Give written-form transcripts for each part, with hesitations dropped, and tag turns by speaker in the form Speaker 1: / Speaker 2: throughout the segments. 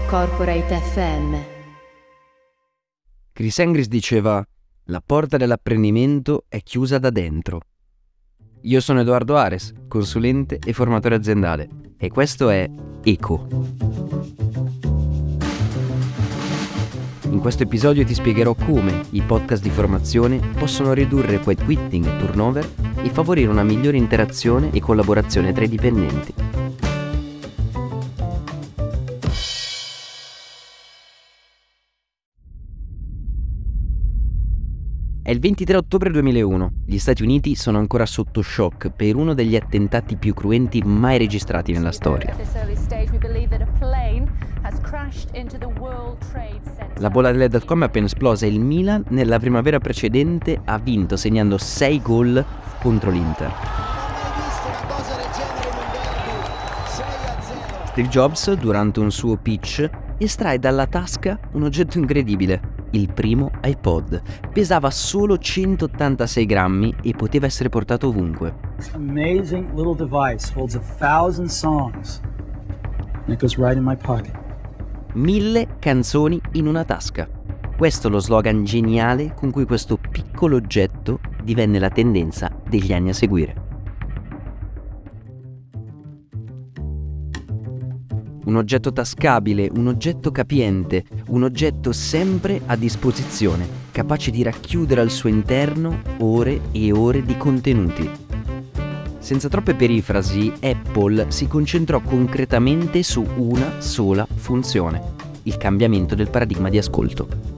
Speaker 1: Corporate FM.
Speaker 2: Chris Engris diceva: la porta dell'apprendimento è chiusa da dentro. Io sono Edoardo Ares, consulente e formatore aziendale, e questo è ECO. In questo episodio ti spiegherò come i podcast di formazione possono ridurre quiet quitting e turnover e favorire una migliore interazione e collaborazione tra i dipendenti. È il 23 ottobre 2001. Gli Stati Uniti sono ancora sotto shock per uno degli attentati più cruenti mai registrati nella storia. La bolla delle .com è appena esplosa e il Milan nella primavera precedente ha vinto segnando 6 gol contro l'Inter. Steve Jobs, durante un suo pitch, estrae dalla tasca un oggetto incredibile. Il primo iPod. Pesava solo 186 grammi e poteva essere portato ovunque.
Speaker 3: This amazing little device holds 1,000 songs. And it goes right in my pocket.
Speaker 2: 1000 canzoni in una tasca. Questo è lo slogan geniale con cui questo piccolo oggetto divenne la tendenza degli anni a seguire. Un oggetto tascabile, un oggetto capiente, un oggetto sempre a disposizione, capace di racchiudere al suo interno ore e ore di contenuti. Senza troppe perifrasi, Apple si concentrò concretamente su una sola funzione: il cambiamento del paradigma di ascolto.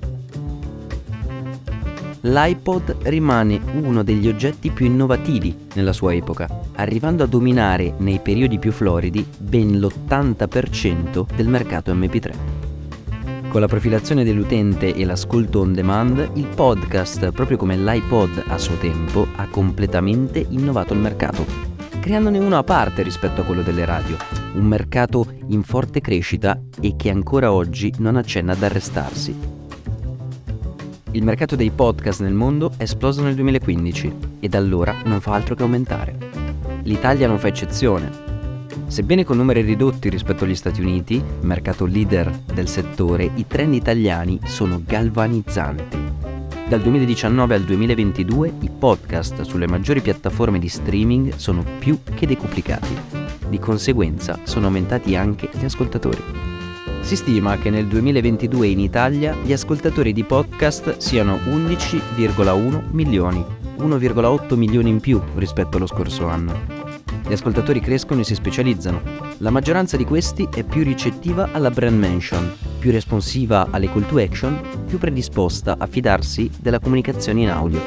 Speaker 2: L'iPod rimane uno degli oggetti più innovativi nella sua epoca, arrivando a dominare nei periodi più floridi ben l'80% del mercato MP3. Con la profilazione dell'utente e l'ascolto on demand, il podcast, proprio come l'iPod a suo tempo, ha completamente innovato il mercato, creandone uno a parte rispetto a quello delle radio, un mercato in forte crescita e che ancora oggi non accenna ad arrestarsi. Il mercato dei podcast nel mondo è esploso nel 2015 e da allora non fa altro che aumentare. L'Italia non fa eccezione. Sebbene con numeri ridotti rispetto agli Stati Uniti, mercato leader del settore, i trend italiani sono galvanizzanti. Dal 2019 al 2022 i podcast sulle maggiori piattaforme di streaming sono più che decuplicati. Di conseguenza sono aumentati anche gli ascoltatori. Si stima che nel 2022 in Italia gli ascoltatori di podcast siano 11,1 milioni, 1,8 milioni in più rispetto allo scorso anno. Gli ascoltatori crescono e si specializzano. La maggioranza di questi è più ricettiva alla brand mention, più responsiva alle call to action, più predisposta a fidarsi della comunicazione in audio.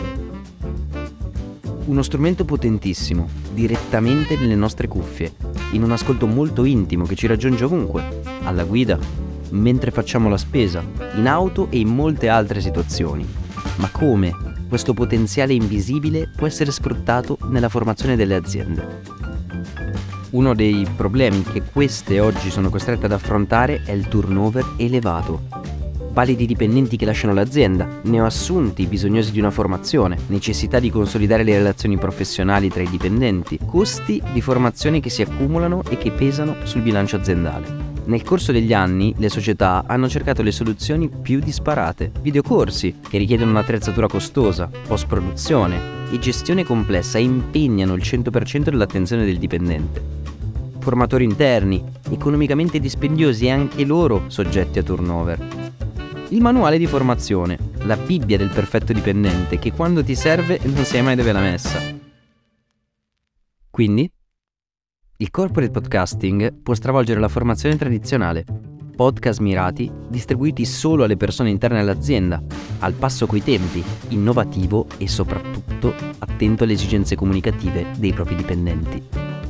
Speaker 2: Uno strumento potentissimo, direttamente nelle nostre cuffie, in un ascolto molto intimo che ci raggiunge ovunque, alla guida, mentre facciamo la spesa, in auto e in molte altre situazioni. Ma come questo potenziale invisibile può essere sfruttato nella formazione delle aziende? Uno dei problemi che queste oggi sono costrette ad affrontare è il turnover elevato. Validi dipendenti che lasciano l'azienda, neoassunti bisognosi di una formazione, necessità di consolidare le relazioni professionali tra i dipendenti, costi di formazione che si accumulano e che pesano sul bilancio aziendale. Nel corso degli anni le società hanno cercato le soluzioni più disparate: videocorsi che richiedono un'attrezzatura costosa, post-produzione e gestione complessa e impegnano il 100% dell'attenzione del dipendente. Formatori interni, economicamente dispendiosi e anche loro soggetti a turnover. Il manuale di formazione, la Bibbia del perfetto dipendente che quando ti serve non sai mai dove l'ha messa. Quindi, il corporate podcasting può stravolgere la formazione tradizionale. Podcast mirati, distribuiti solo alle persone interne all'azienda, al passo coi tempi, innovativo e soprattutto attento alle esigenze comunicative dei propri dipendenti.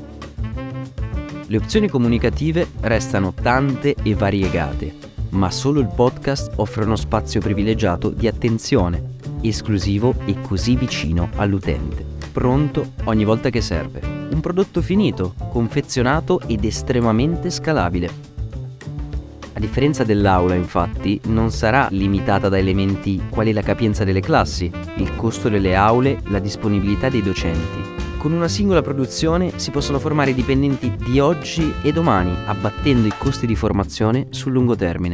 Speaker 2: Le opzioni comunicative restano tante e variegate, ma solo il podcast offre uno spazio privilegiato di attenzione, esclusivo e così vicino all'utente, pronto ogni volta che serve. Un prodotto finito, confezionato ed estremamente scalabile. A differenza dell'aula, infatti, non sarà limitata da elementi quali la capienza delle classi, il costo delle aule, la disponibilità dei docenti, con una singola produzione si possono formare dipendenti di oggi e domani, abbattendo i costi di formazione sul lungo termine.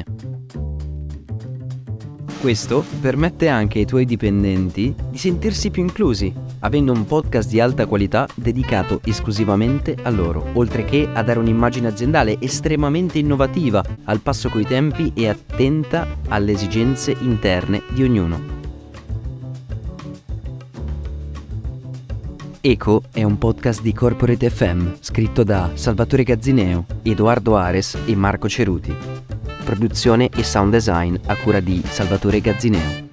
Speaker 2: Questo permette anche ai tuoi dipendenti di sentirsi più inclusi, avendo un podcast di alta qualità dedicato esclusivamente a loro, oltre che a dare un'immagine aziendale estremamente innovativa, al passo coi tempi e attenta alle esigenze interne di ognuno. Eco è un podcast di Corporate FM, scritto da Salvatore Gazzineo, Edoardo Ares e Marco Ceruti. Produzione e sound design a cura di Salvatore Gazzineo.